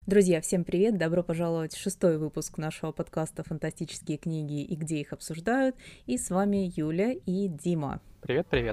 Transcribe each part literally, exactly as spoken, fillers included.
Друзья, всем привет! Добро пожаловать в шестой выпуск нашего подкаста «Фантастические книги и где их обсуждают». И с вами Юля и Дима. Привет-привет!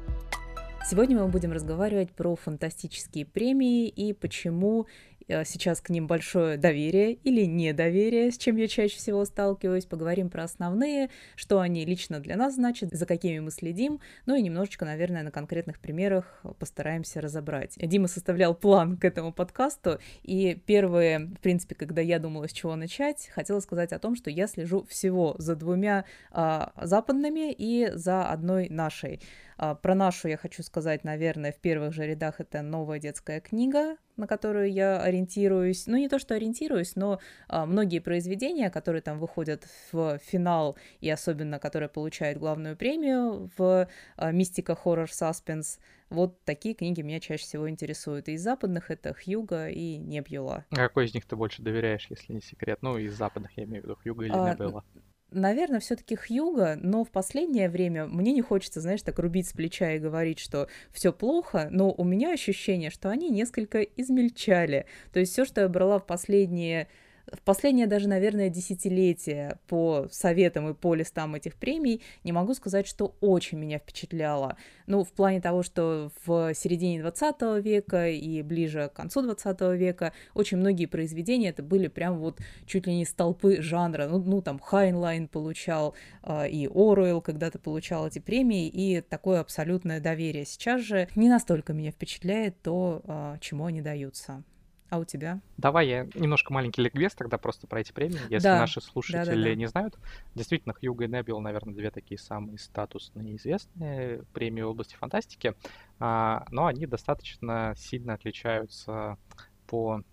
Сегодня мы будем разговаривать про фантастические премии и почему сейчас к ним большое доверие или недоверие, с чем я чаще всего сталкиваюсь. Поговорим про основные, что они лично для нас значат, за какими мы следим, ну и немножечко, наверное, на конкретных примерах постараемся разобрать. Дима составлял план к этому подкасту, и первые, в принципе, когда я думала, с чего начать, хотела сказать о том, что я слежу всего за двумя а, западными и за одной нашей. А, про нашу я хочу сказать, наверное, в первых же рядах это «Новая детская книга», на которую я ориентируюсь. Ну, не то, что ориентируюсь, но а, многие произведения, которые там выходят в финал, и особенно, которые получают главную премию в а, мистика, хоррор, саспенс, вот такие книги меня чаще всего интересуют. И из западных это «Хьюго» и «Небьюла». А какой из них ты больше доверяешь, если не секрет? Ну, из западных, я имею в виду, «Хьюго» или А, «Небелла». Наверное, все-таки «Хьюго», но в последнее время мне не хочется, знаешь, так рубить с плеча и говорить, что все плохо, но у меня ощущение, что они несколько измельчали. То есть все, что я брала в последние... В последнее даже, наверное, десятилетие по советам и по листам этих премий не могу сказать, что очень меня впечатляло. Ну, в плане того, что в середине двадцатого века и ближе к концу двадцатого века очень многие произведения это были прям вот чуть ли не столпы жанра. Ну, ну там Хайнлайн получал, э, и Оруэлл когда-то получал эти премии, и такое абсолютное доверие. Сейчас же не настолько меня впечатляет то, э, чему они даются. А у тебя? Давай я немножко маленький ликбез тогда просто про эти премии, если Да, наши слушатели да-да-да. не знают. Действительно, «Хьюго» и «Небелла», наверное, две такие самые статусные и известные премии в области фантастики, а, но они достаточно сильно отличаются по...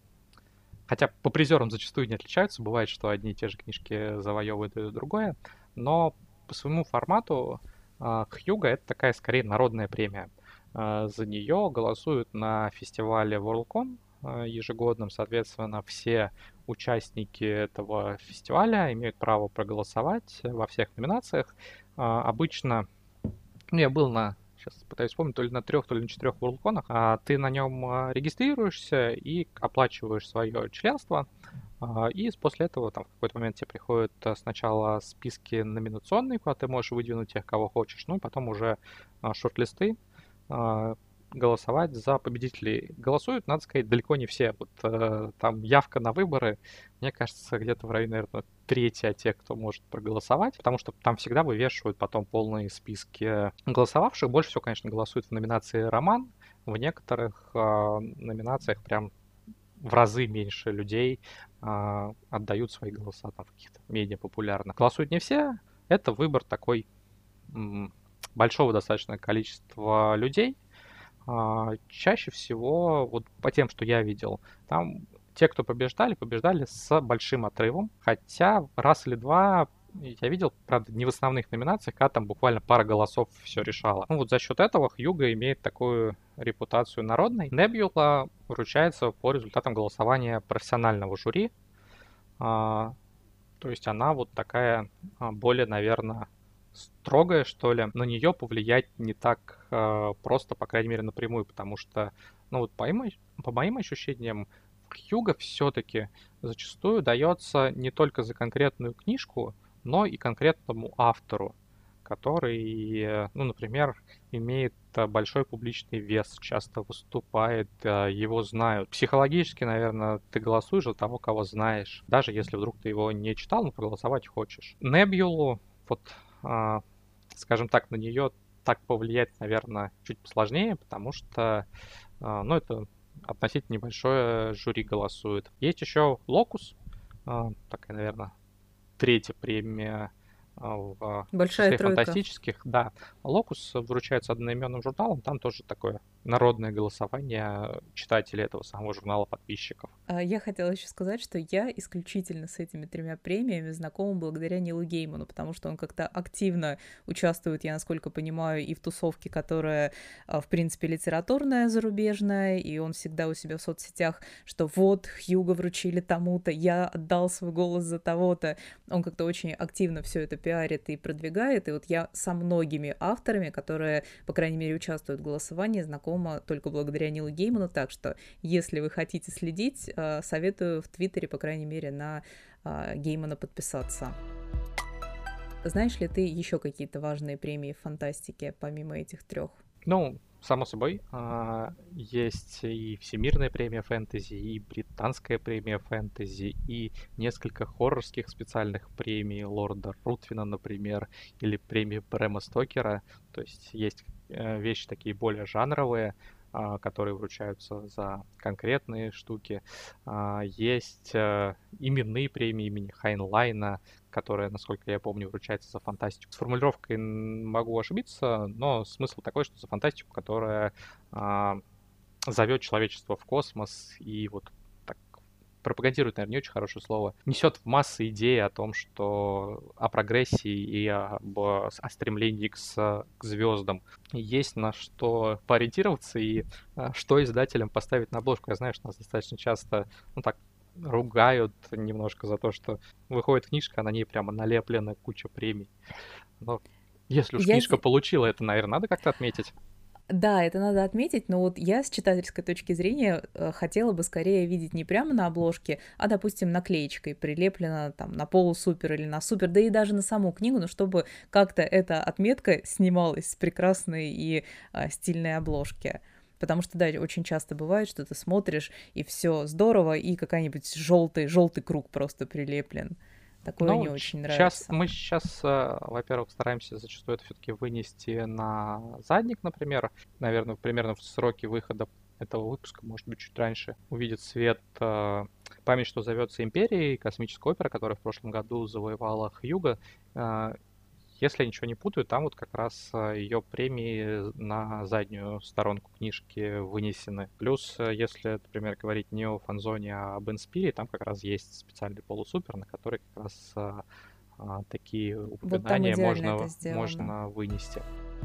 Хотя по призерам зачастую не отличаются, бывает, что одни и те же книжки завоевывают и другое, но по своему формату а, «Хьюго» — это такая скорее народная премия. А, За нее голосуют на фестивале WorldCon а, ежегодном, соответственно, все участники этого фестиваля имеют право проголосовать во всех номинациях. А, Обычно, ну, я был на, сейчас пытаюсь вспомнить, то ли на трех, то ли на четырех WorldCon'ах, а ты на нем а, регистрируешься и оплачиваешь свое членство, а, и после этого там в какой-то момент тебе приходят а, сначала списки номинационные, куда ты можешь выдвинуть тех, кого хочешь, ну и потом уже а, шорт-листы, а, голосовать за победителей. Голосуют, надо сказать, далеко не все. Вот э, там явка на выборы, мне кажется, где-то в районе, наверное, третья тех, кто может проголосовать, потому что там всегда вывешивают потом полные списки голосовавших. Больше всего, конечно, голосуют в номинации «Роман». В некоторых э, номинациях прям в разы меньше людей э, отдают свои голоса там в каких-то менее популярных. Голосуют не все. Это выбор такой м, большого достаточно количества людей. А, Чаще всего, вот по тем, что я видел, там те, кто побеждали, побеждали с большим отрывом. Хотя раз или два я видел, правда, не в основных номинациях, а там буквально пара голосов все решала. Ну вот за счет этого «Хьюго» имеет такую репутацию народной. «Небьюла» вручается по результатам голосования профессионального жюри. А, То есть она вот такая а, более, наверное, строгая, что ли. На нее повлиять не так э, просто, по крайней мере, напрямую, потому что, ну вот по моим, по моим ощущениям, в «Хьюго» все-таки зачастую дается не только за конкретную книжку, но и конкретному автору, который, э, ну, например, имеет э, большой публичный вес, часто выступает, э, его знают. Психологически, наверное, ты голосуешь за того, кого знаешь, даже если вдруг ты его не читал, но проголосовать хочешь. Небьюлу, вот, а, скажем так, на нее так повлиять, наверное, чуть посложнее, потому что, а, ну, это относительно небольшое жюри голосует. Есть еще «Локус», а, такая, наверное, третья премия а, в Большая числе тройка. фантастических. Да, «Локус» вручается одноименным журналом, там тоже такое народное голосование читателей этого самого журнала, подписчиков. А, Я хотела еще сказать, что я исключительно с этими тремя премиями знакома благодаря Нилу Гейману, потому что он как-то активно участвует, я насколько понимаю, и в тусовке, которая, а, в принципе, литературная, зарубежная, и он всегда у себя в соцсетях, что вот, Хьюго вручили тому-то, я отдал свой голос за того-то. Он как-то очень активно все это пиарит и продвигает. И вот я со многими авторами, которые, по крайней мере, участвуют в голосовании, знакома только благодаря Нилу Гейману. Так что, если вы хотите следить, советую в Твиттере, по крайней мере, на Геймана подписаться. Знаешь ли ты еще какие-то важные премии в фантастике, помимо этих трех? Ну, само собой, есть и Всемирная премия фэнтези, и Британская премия фэнтези, и несколько хоррорских специальных премий Лорда Рутвина, например, или премии Брэма Стокера. То есть есть вещи такие более жанровые, которые вручаются за конкретные штуки. Есть именные премии имени Хайнлайна, которая, насколько я помню, вручается за фантастику. С формулировкой могу ошибиться, но смысл такой, что за фантастику, которая зовет человечество в космос и вот так пропагандирует, наверное, не очень хорошее слово, несет в массы идеи о том, что о прогрессии и об, о стремлении к, к звездам. Есть на что поориентироваться и что издателям поставить на обложку. Я знаю, что нас достаточно часто, ну так, ругают немножко за то, что выходит книжка, а на ней прямо налеплена куча премий. Но если уж Я... книжка получила, это, наверное, надо как-то отметить. Да, это надо отметить, но вот я с читательской точки зрения хотела бы скорее видеть не прямо на обложке, а, допустим, наклеечкой прилеплена там на полусупер или на супер, да и даже на саму книгу, но чтобы как-то эта отметка снималась с прекрасной и а, стильной обложки. Потому что, да, очень часто бывает, что ты смотришь, и все здорово, и какой-нибудь желтый, желтый круг просто прилеплен. Такое ну, не очень сейчас, нравится. Мы сейчас, во-первых, стараемся зачастую это все-таки вынести на задник, например. Наверное, примерно в сроки выхода этого выпуска, может быть, чуть раньше, увидит свет «Память, что зовется Империей», космическая опера, которая в прошлом году завоевала Хьюго. Если я ничего не путаю, там вот как раз ее премии на заднюю сторонку книжки вынесены. Плюс, если, например, говорить не о фанзоне, а об Инспире, там как раз есть специальный полусупер, на который как раз а, а, такие упоминания вот можно, можно вынести.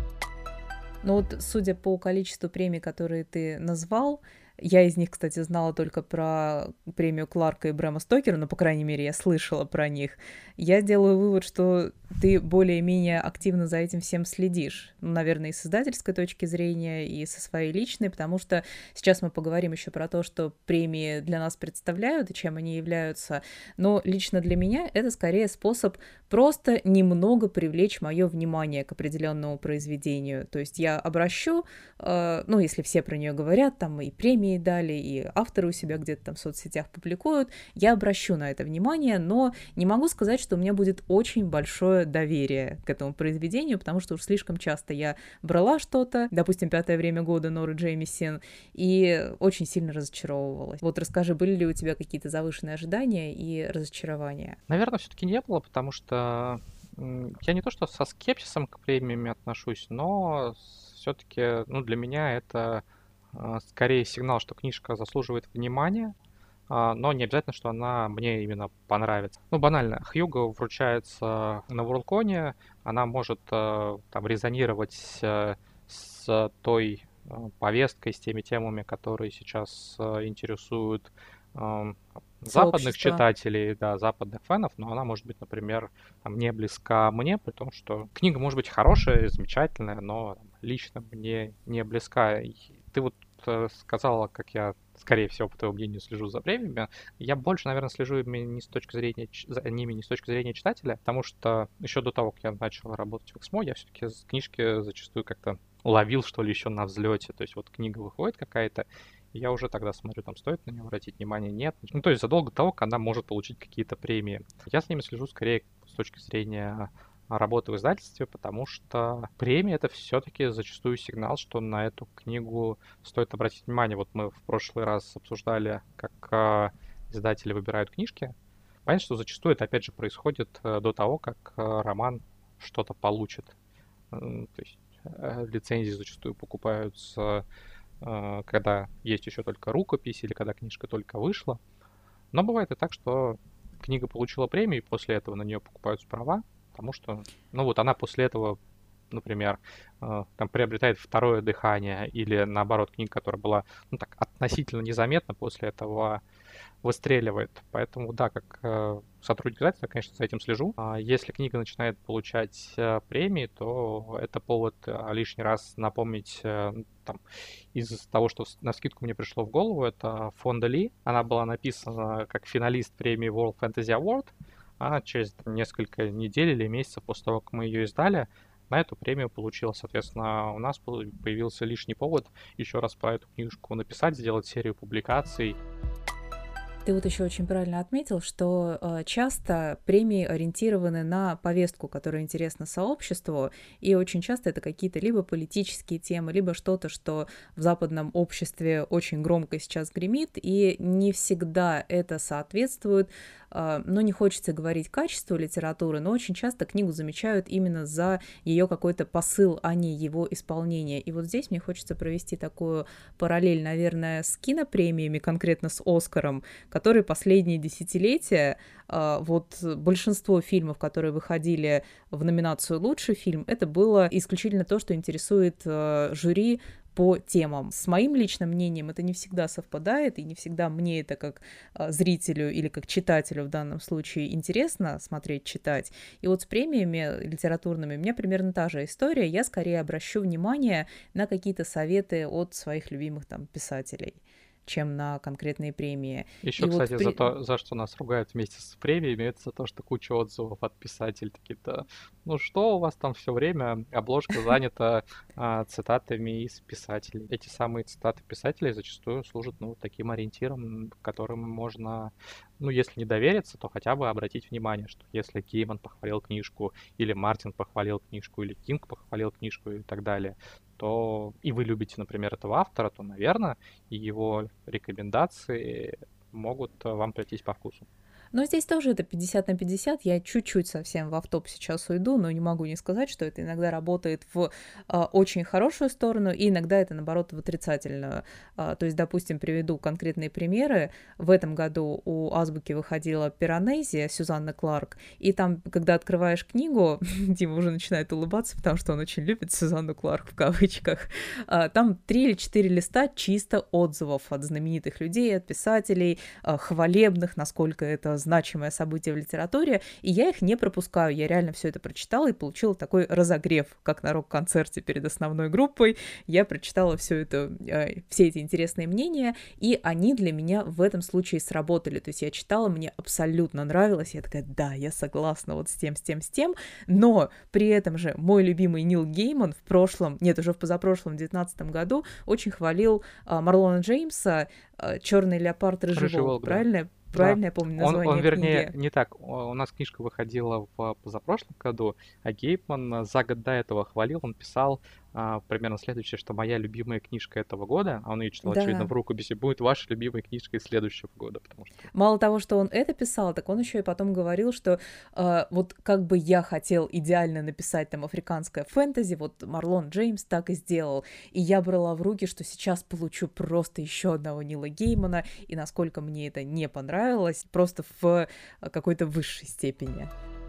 Ну вот, судя по количеству премий, которые ты назвал, я из них, кстати, знала только про премию Кларка и Брэма Стокера, но, по крайней мере, я слышала про них. Я делаю вывод, что ты более-менее активно за этим всем следишь. Ну, наверное, и с издательской точки зрения, и со своей личной, потому что сейчас мы поговорим еще про то, что премии для нас представляют и чем они являются. Но лично для меня это скорее способ просто немного привлечь мое внимание к определенному произведению. То есть я обращу, э, ну, если все про нее говорят, там и премии дали, и авторы у себя где-то там в соцсетях публикуют, я обращу на это внимание, но не могу сказать, что у меня будет очень большое доверие к этому произведению, потому что уж слишком часто я брала что-то, допустим, «Пятое время года» Норы Джеймисон, и очень сильно разочаровывалась. Вот расскажи, были ли у тебя какие-то завышенные ожидания и разочарования? Наверное, все-таки не было, потому что я не то что со скепсисом к премиям отношусь, но все-таки, ну, для меня это скорее сигнал, что книжка заслуживает внимания, но не обязательно, что она мне именно понравится. Ну, банально, Хьюго вручается на WorldCon, она может там резонировать с той повесткой, с теми темами, которые сейчас интересуют западных читателей, да, западных фанов, но она может быть, например, там, не близка мне, при том, что книга может быть хорошая, замечательная, но там, лично мне не близка. Ты вот сказала, как я, скорее всего, по твоему мнению, слежу за премиями. Я больше, наверное, слежу не с точки зрения, за ними не с точки зрения читателя, потому что еще до того, как я начал работать в Эксмо, я все-таки книжки зачастую как-то ловил, что ли, еще на взлете. То есть вот книга выходит какая-то, и я уже тогда смотрю, там стоит на нее обратить внимание, нет. Ну, то есть задолго до того, как она может получить какие-то премии. Я с ними слежу скорее с точки зрения работы в издательстве, потому что премия — это все-таки зачастую сигнал, что на эту книгу стоит обратить внимание. Вот мы в прошлый раз обсуждали, как э, издатели выбирают книжки. Понятно, что зачастую это, опять же, происходит э, до того, как э, роман что-то получит. Э, то есть э, лицензии зачастую покупаются, э, когда есть еще только рукопись или когда книжка только вышла. Но бывает и так, что книга получила премию, и после этого на нее покупаются права, потому что, ну вот она после этого например, э, там приобретает второе дыхание, или наоборот, книга, которая была, ну, так относительно незаметна, после этого выстреливает. Поэтому, да, как э, сотрудник издательства, я, конечно, за этим слежу. А если книга начинает получать э, премии, то это повод э, лишний раз напомнить э, ну, там, из того, что с- навскидку мне пришло в голову, это Фонда Ли. Она была написана как финалист премии World Fantasy Award, а через там, несколько недель или месяцев после того, как мы ее издали, на эту премию получила. Соответственно, у нас по- появился лишний повод еще раз про эту книжку написать, сделать серию публикаций. Ты вот еще очень правильно отметил, что э, часто премии ориентированы на повестку, которая интересна сообществу, и очень часто это какие-то либо политические темы, либо что-то, что в западном обществе очень громко сейчас гремит, и не всегда это соответствует, э, ну, не хочется говорить качеству литературы, но очень часто книгу замечают именно за ее какой-то посыл, а не его исполнение. И вот здесь мне хочется провести такую параллель, наверное, с кинопремиями, конкретно с «Оскаром», которые последние десятилетия, а, вот большинство фильмов, которые выходили в номинацию «Лучший фильм», это было исключительно то, что интересует а, жюри по темам. С моим личным мнением это не всегда совпадает, и не всегда мне это как а, зрителю или как читателю в данном случае интересно смотреть, читать. И вот с премиями литературными у меня примерно та же история. Я скорее обращу внимание на какие-то советы от своих любимых там писателей, чем на конкретные премии. Еще, И вот в кстати, за при... то, за что нас ругают вместе с премиями, это за то, что куча отзывов от писателей такие-то. Ну что у вас там все время? Обложка занята а, цитатами из писателей. Эти самые цитаты писателей зачастую служат, ну, вот таким ориентиром, которым можно, ну, если не довериться, то хотя бы обратить внимание, что если Гейман похвалил книжку, или Мартин похвалил книжку, или Кинг похвалил книжку и так далее, то и вы любите, например, этого автора, то, наверное, и его рекомендации могут э, вам прийтись по вкусу. Но здесь тоже это пятьдесят на пятьдесят. Я чуть-чуть совсем в автоп сейчас уйду, но не могу не сказать, что это иногда работает в а, очень хорошую сторону, и иногда это, наоборот, в отрицательную. А, то есть, допустим, приведу конкретные примеры. В этом году у Азбуки выходила «Пиранезия» Сюзанны Кларк, и там, когда открываешь книгу, Дима уже начинает улыбаться, потому что он очень любит Сюзанну Кларк в кавычках, а, там три или четыре листа чисто отзывов от знаменитых людей, от писателей, а, хвалебных, насколько это значимое событие в литературе, и я их не пропускаю. Я реально все это прочитала и получила такой разогрев, как на рок-концерте перед основной группой. Я прочитала все это, э, все эти интересные мнения, и они для меня в этом случае сработали. То есть я читала, мне абсолютно нравилось, я такая, да, я согласна вот с тем, с тем, с тем, но при этом же мой любимый Нил Гейман в прошлом, нет, уже в позапрошлом, девятнадцатом году очень хвалил э, Марлона Джеймса э, «Черный леопард, рыжий Рыжий волк», волк, да. правильно? Да. Правильно я помню Он, он, название вернее, книги? не так. У у нас книжка выходила в позапрошлом году, а Гейбман э, за год до этого хвалил, он писал а, примерно следующее, что моя любимая книжка этого года, а он ее читал, очевидно, Да. в рукописи, будет вашей любимой книжкой следующего года, потому что... Мало того, что он это писал, так он еще и потом говорил, что э, вот как бы я хотел идеально написать там африканское фэнтези, вот Марлон Джеймс так и сделал. И я брала в руки, что сейчас получу просто еще одного Нила Геймана, и насколько мне это не понравилось, просто в э, какой-то высшей степени.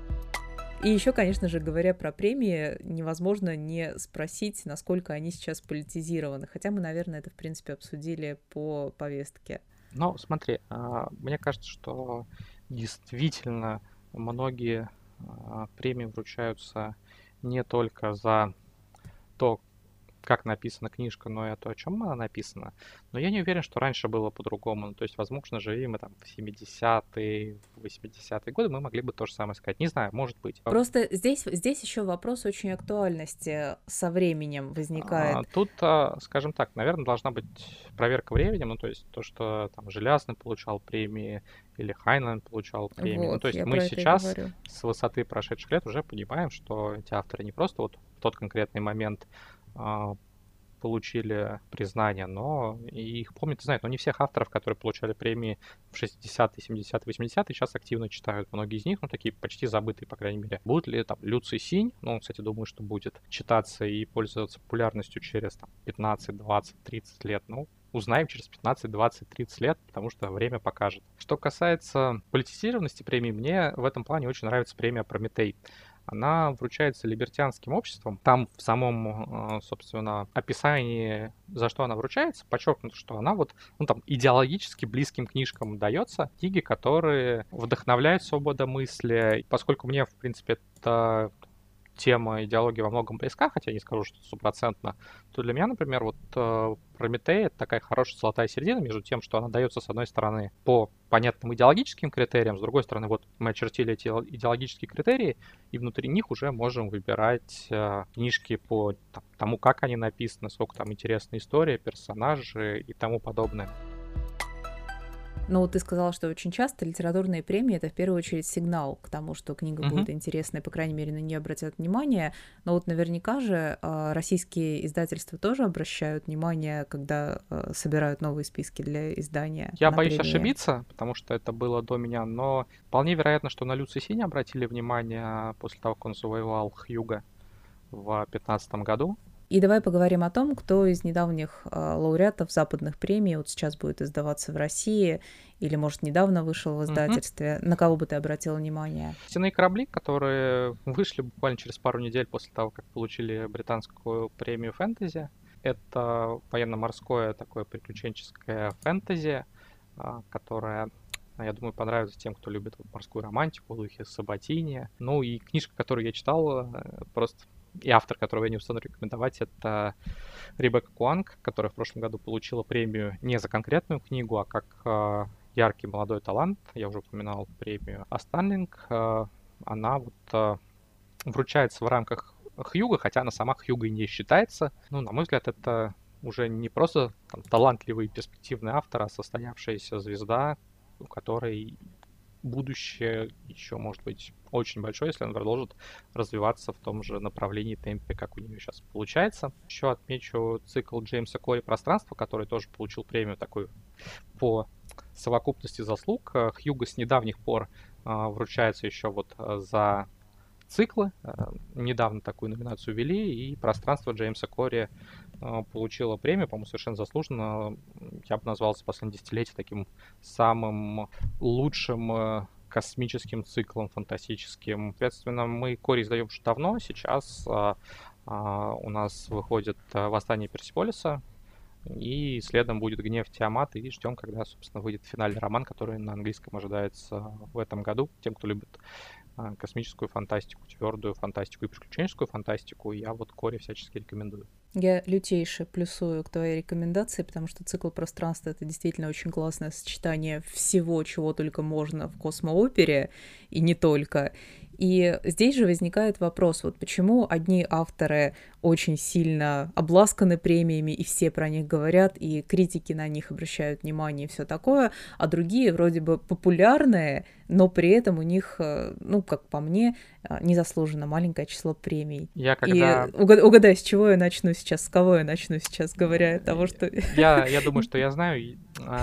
И еще, конечно же, говоря про премии, невозможно не спросить, насколько они сейчас политизированы. Хотя мы, наверное, это, в принципе, обсудили по повестке. Ну, смотри, а, мне кажется, что действительно многие а, премии вручаются не только за то, как написана книжка, но и то, о чем она написана. Но я не уверен, что раньше было по-другому. Ну, то есть, возможно, живи мы там в семидесятые, в восьмидесятые годы, мы могли бы то же самое сказать. Не знаю, может быть. Просто здесь, здесь еще вопрос очень актуальности со временем А, возникает. Тут, а, скажем так, наверное, должна быть проверка временем, ну, то есть то, что там Железный получал премии или Хайнлайн получал премии. Ну, Вот, то есть я мы про это и сейчас говорю. с высоты прошедших лет уже понимаем, что эти авторы не просто вот в тот конкретный момент а, получили признание, но и их помнят и знают. Но не всех авторов, которые получали премии в шестидесятые, семидесятые, восьмидесятые, сейчас активно читают. Многие из них, ну, такие почти забытые, по крайней мере. Будет ли там Люций Синь, ну, кстати, думаю, что будет читаться и пользоваться популярностью через там, пятнадцать, двадцать, тридцать лет. Ну, узнаем через пятнадцать, двадцать, тридцать лет, потому что время покажет. Что касается политизированности премии, мне в этом плане очень нравится премия «Прометей». она вручается либертианским обществом. Там в самом, собственно, описании, за что она вручается, подчеркнуто, что она вот, ну, там, идеологически близким книжкам дается. Книги, которые вдохновляют свободомыслие. Поскольку мне, в принципе, это тема идеологии во многом близка, хотя я не скажу, что стопроцентно, то для меня, например, вот э, Прометей — это такая хорошая золотая середина между тем, что она дается, с одной стороны, по понятным идеологическим критериям, с другой стороны, вот мы очертили эти идеологические критерии, и внутри них уже можем выбирать э, книжки по там, тому, как они написаны, сколько там интересная история, персонажи и тому подобное. Ну, ты сказала, что очень часто литературные премии — это в первую очередь сигнал к тому, что книга uh-huh. будет интересной, по крайней мере, на нее обратят внимание. Но вот наверняка же э, российские издательства тоже обращают внимание, когда э, собирают новые списки для издания. Я боюсь премии. ошибиться, потому что это было до меня, но вполне вероятно, что на Люци Си не обратили внимание после того, как он завоевал Хьюго в две тысячи пятнадцатом году. И давай поговорим о том, кто из недавних э, лауреатов западных премий вот сейчас будет издаваться в России, или, может, недавно вышел в издательстве. Mm-hmm. На кого бы ты обратил внимание? «Стенные корабли», которые вышли буквально через пару недель после того, как получили британскую премию фэнтези. Это военно-морское такое приключенческое фэнтези, которое, я думаю, понравится тем, кто любит вот морскую романтику, духе Сабатини. Ну и книжка, которую я читал, просто... И автор, которого я не устану рекомендовать, это Ребекка Куанг, которая в прошлом году получила премию не за конкретную книгу, а как э, яркий молодой талант. Я уже упоминал премию Астарлинг. Э, она вот э, вручается в рамках Хьюго, хотя она сама Хьюго и не считается. Ну, на мой взгляд, это уже не просто там, талантливый и перспективный автор, а состоявшаяся звезда, у которой будущее еще может быть очень большое, если она продолжит развиваться в том же направлении, темпе, как у нее сейчас получается. Еще отмечу цикл Джеймса Кори «Пространство», который тоже получил премию такую по совокупности заслуг. Хьюго с недавних пор а, вручается еще вот за циклы. А, недавно такую номинацию ввели, и «Пространство» Джеймса Кори а, получила премию, по-моему, совершенно заслуженно. Я бы назвал за последнее десятилетие таким самым лучшим космическим циклом, фантастическим. Соответственно, мы Кори издаем уже давно. Сейчас а, а, у нас выходит «Восстание Персеполиса», и следом будет «Гнев Тиамат», и ждем, когда, собственно, выйдет финальный роман, который на английском ожидается в этом году. Тем, кто любит а, космическую фантастику, твердую фантастику и приключенческую фантастику, я вот Кори всячески рекомендую. Я лютейше плюсую к твоей рекомендации, потому что цикл «Пространство» — это действительно очень классное сочетание всего, чего только можно в космоопере, и не только. И здесь же возникает вопрос, вот почему одни авторы очень сильно обласканы премиями, и все про них говорят, и критики на них обращают внимание и все такое, а другие вроде бы популярные, но при этом у них, ну, как по мне, незаслуженно маленькое число премий. Я когда... И угадай, с чего я начну сейчас, с кого я начну сейчас, говоря того, что... Я, я думаю, что я знаю.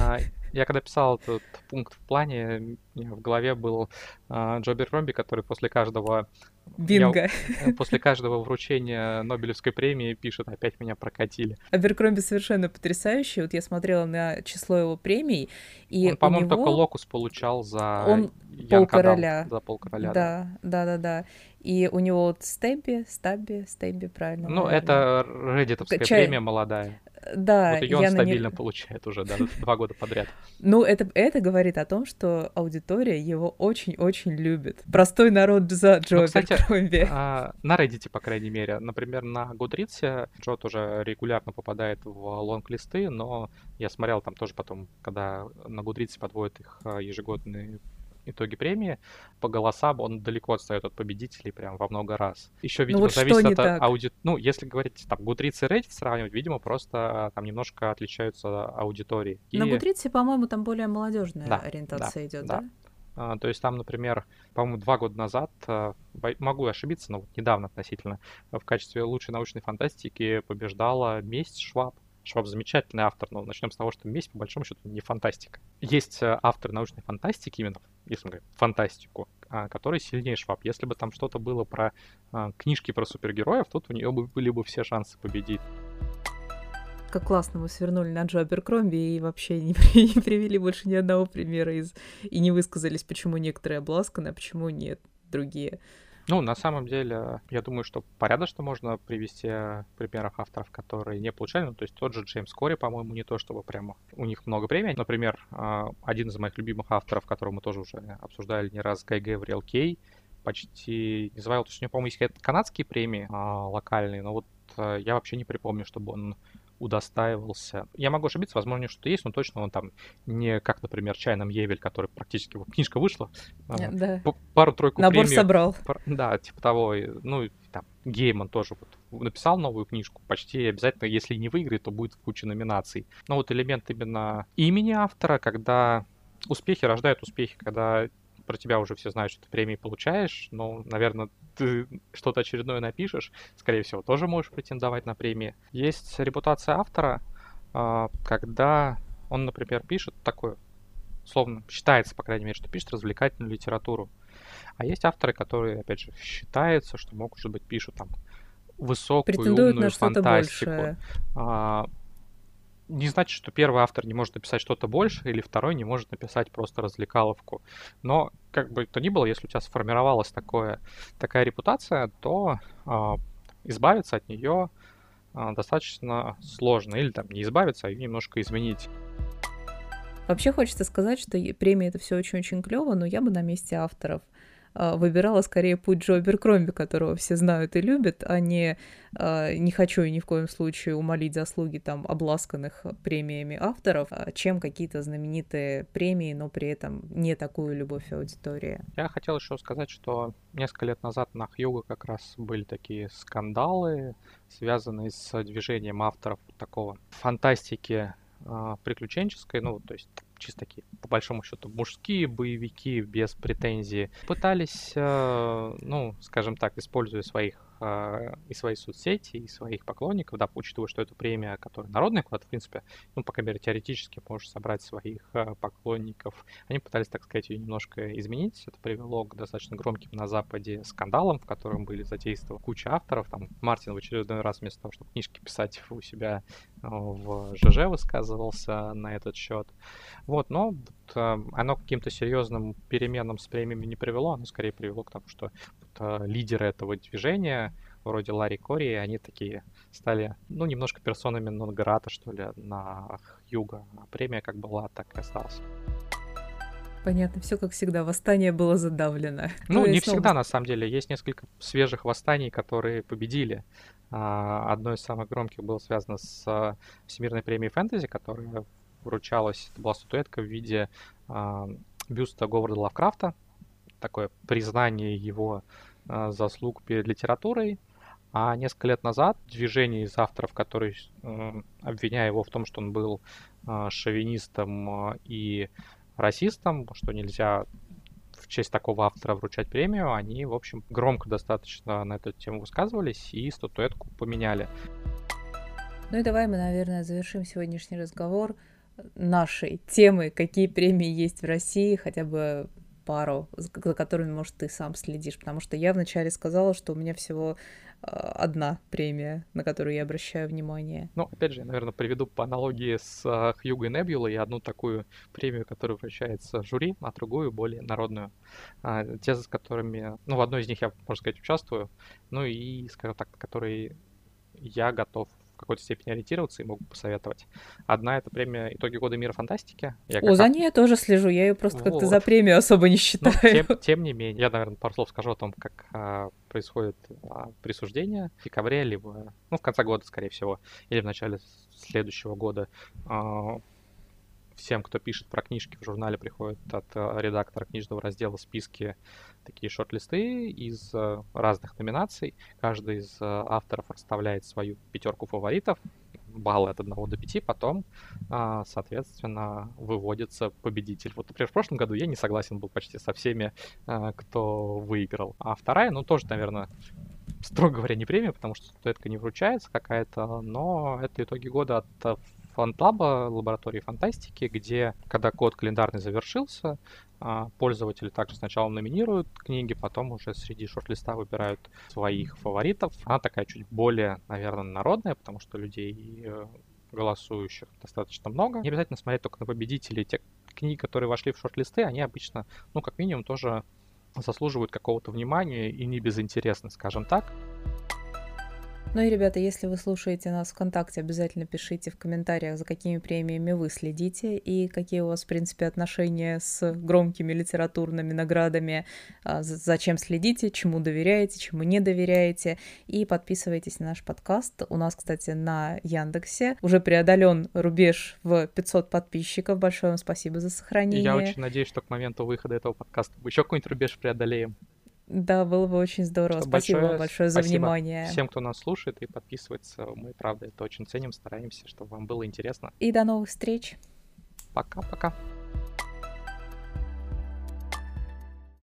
Я когда писал этот пункт в плане, у меня в голове был uh, Джо Аберкромби, который после каждого... Бинго. Я, после каждого вручения Нобелевской премии пишет: «Опять меня прокатили». Аберкромби совершенно потрясающий. Вот я смотрела на число его премий, и он, по-моему, него... только «Локус» получал за он Ян полкороля. За полкороля, да. Да, да, да, да. И у него вот Стебби, Стабби, Стебби, правильно. Ну, наверное. Это реддитовская Чай... премия молодая. Да, вот ее он я стабильно не... получает уже, да, два года подряд. Ну, это, это говорит о том, что аудитория его очень-очень любит. Простой народ за Джо ну, кстати, Аберкромби. А, на Reddit, по крайней мере. Например, на Goodreads Джо тоже регулярно попадает в лонг-листы, но я смотрел там тоже потом, когда на Goodreads подводят их ежегодные итоги премии, по голосам он далеко отстает от победителей прям во много раз. Еще, видимо, ну вот зависит от аудитории. Ну, если говорить, там, Goodreads и Reddit сравнивать, видимо, просто там немножко отличаются аудитории. И... На Goodreads, по-моему, там более молодежная да, ориентация да, идет, да? да? А, то есть там, например, по-моему, два года назад, могу ошибиться, но вот недавно относительно, в качестве лучшей научной фантастики побеждала «Месть» Шваб. Шваб замечательный автор, но начнем с того, что «Месть» по большому счету не фантастика. Есть автор научной фантастики, именно, если мы говорим фантастику, который сильнее Шваб. Если бы там что-то было про книжки про супергероев, тут у нее были бы все шансы победить. Как классно мы свернули на Джо Аберкромби и вообще не, не привели больше ни одного примера из... и не высказались, почему некоторые обласканы, а почему нет другие. Ну, на самом деле, я думаю, что порядочно можно привести э, примеров авторов, которые не получали. Ну, то есть тот же Джеймс Кори, по-моему, не то чтобы прямо у них много премий. Например, а, один из моих любимых авторов, которого мы тоже уже обсуждали не раз, Гай Гэвриэл Кей, почти не завоевал, потому что у него, по-моему, есть какие-то канадские премии а, локальные, но вот а, я вообще не припомню, чтобы он удостаивался. Я могу ошибиться, возможно, что-то есть, но точно он там не как, например, Чайном Евель, который практически, вот книжка вышла, Э, а, Да, п- пару-тройку набор премий, собрал. пар- да, типа того, и, ну, и там, Гейман тоже вот написал новую книжку, почти обязательно, если не выиграет, то будет в куче номинаций. Но вот элемент именно имени автора, когда успехи рождают успехи, когда про тебя уже все знают, что ты премии получаешь, ну, наверное, ты что-то очередное напишешь, скорее всего, тоже можешь претендовать на премии. Есть репутация автора, а, когда он, например, пишет такое, словно считается, по крайней мере, что пишет развлекательную литературу. А есть авторы, которые, опять же, считается, что, может быть, пишут там высокую, Претендуют на умную что-то фантастику. большее. А, не значит, что первый автор не может написать что-то больше, или второй не может написать просто развлекаловку. Но, как бы то ни было, если у тебя сформировалась такое, такая репутация, то а, избавиться от нее а, достаточно сложно. Или там не избавиться, а ее немножко изменить. Вообще хочется сказать, что е- премии это все очень-очень клево, но я бы на месте авторов а, выбирала скорее путь Джо Аберкромби, которого все знают и любят, а не а, не хочу ни в коем случае умолить заслуги там обласканных премиями авторов, а, чем какие-то знаменитые премии, но при этом не такую любовь аудитории. Я хотел еще сказать, что несколько лет назад на Хьюго как раз были такие скандалы, связанные с движением авторов такого фантастики а, приключенческой, ну, то есть чисто такие, по большому счету, мужские боевики без претензий. Пытались, э, ну, скажем так, используя своих а, и свои соцсети, и своих поклонников, да, учитывая, что это премия, которая народная, куда ты, в принципе, ну, по крайней мере, теоретически можешь собрать своих а, поклонников. Они пытались, так сказать, ее немножко изменить. Это привело к достаточно громким на Западе скандалам, в котором были задействованы куча авторов. Там Мартин в очередной раз вместо того, чтобы книжки писать у себя а, в ЖЖ, высказывался на этот счет. Вот, но вот, а, оно к каким-то серьезным переменам с премиями не привело, оно скорее привело к тому, что вот, а, лидеры этого движения, вроде Ларри Кори, они такие стали, ну, немножко персонами нон-грата, что ли, на Хьюго. А премия как была, так и осталась. Понятно, все как всегда, восстание было задавлено. Ну Ну, и не снова, всегда, на самом деле. Есть несколько свежих восстаний, которые победили. А, Одно из самых громких было связано с а, Всемирной премией фэнтези, которая вручалась. Это была статуэтка в виде а, бюста Говарда Лавкрафта. Такое признание его а, заслуг перед литературой. А несколько лет назад движение из авторов, которые, э, обвиняя его в том, что он был э, шовинистом э, и расистом, что нельзя в честь такого автора вручать премию, они, в общем, громко достаточно на эту тему высказывались и статуэтку поменяли. ну и давай мы, наверное, завершим сегодняшний разговор нашей темы, какие премии есть в России, хотя бы пару, за за которыми, может, ты сам следишь, потому что я вначале сказала, что у меня всего э, одна премия, на которую я обращаю внимание. Ну, опять же, я, наверное, приведу по аналогии с э, Хьюго и Небулой одну такую премию, которая вручается жюри, а другую более народную. А, те, с которыми, ну, в одной из них я, можно сказать, участвую, ну и, скажем так, на которые я готов в какой-то степени ориентироваться и могу посоветовать. Одна — это премия «Итоги года мира фантастики». Я О, как за ав- ней я тоже слежу, я ее просто как-то за Вот. премию особо не Ну, считаю. тем, тем не менее, я, наверное, пару слов скажу о том, как а, происходит а, присуждение в декабре, либо, ну, в конце года, скорее всего, или в начале следующего года. А, всем, кто пишет про книжки в журнале, приходят от а, редактора книжного раздела списки, такие шорт-листы из а, разных номинаций. Каждый из а, авторов расставляет свою пятерку фаворитов, баллы от одного до пяти, потом, а, соответственно, выводится победитель. Вот, например, в прошлом году я не согласен был почти со всеми, а, кто выиграл. А вторая, ну, тоже, наверное, строго говоря, не премия, потому что статуэтка не вручается какая-то, но это итоги года от э, Фантлаба, лаборатории фантастики, где, когда год календарный завершился, а, пользователи также сначала номинируют книги, потом уже среди шорт-листа выбирают своих фаворитов. Она такая чуть более, наверное, народная, потому что людей э, голосующих достаточно много. Не обязательно смотреть только на победителей. Те книги, которые вошли в шорт-листы, они обычно, ну, как минимум, тоже заслуживают какого-то внимания и не безинтересны, скажем так. Ну и, ребята, если вы слушаете нас ВКонтакте, обязательно пишите в комментариях, за какими премиями вы следите и какие у вас, в принципе, отношения с громкими литературными наградами, а, з- зачем следите, чему доверяете, чему не доверяете. И подписывайтесь на наш подкаст. У нас, кстати, на Яндексе уже преодолен рубеж в пятьсот подписчиков. Большое вам спасибо за И я сохранение. очень надеюсь, что к моменту выхода этого подкаста мы еще какой-нибудь рубеж преодолеем. Да, было бы очень здорово. Что Спасибо вам большое большое за спасибо внимание. всем, кто нас слушает и подписывается. Мы, правда, это очень ценим, стараемся, чтобы вам было интересно. И до новых встреч. Пока-пока.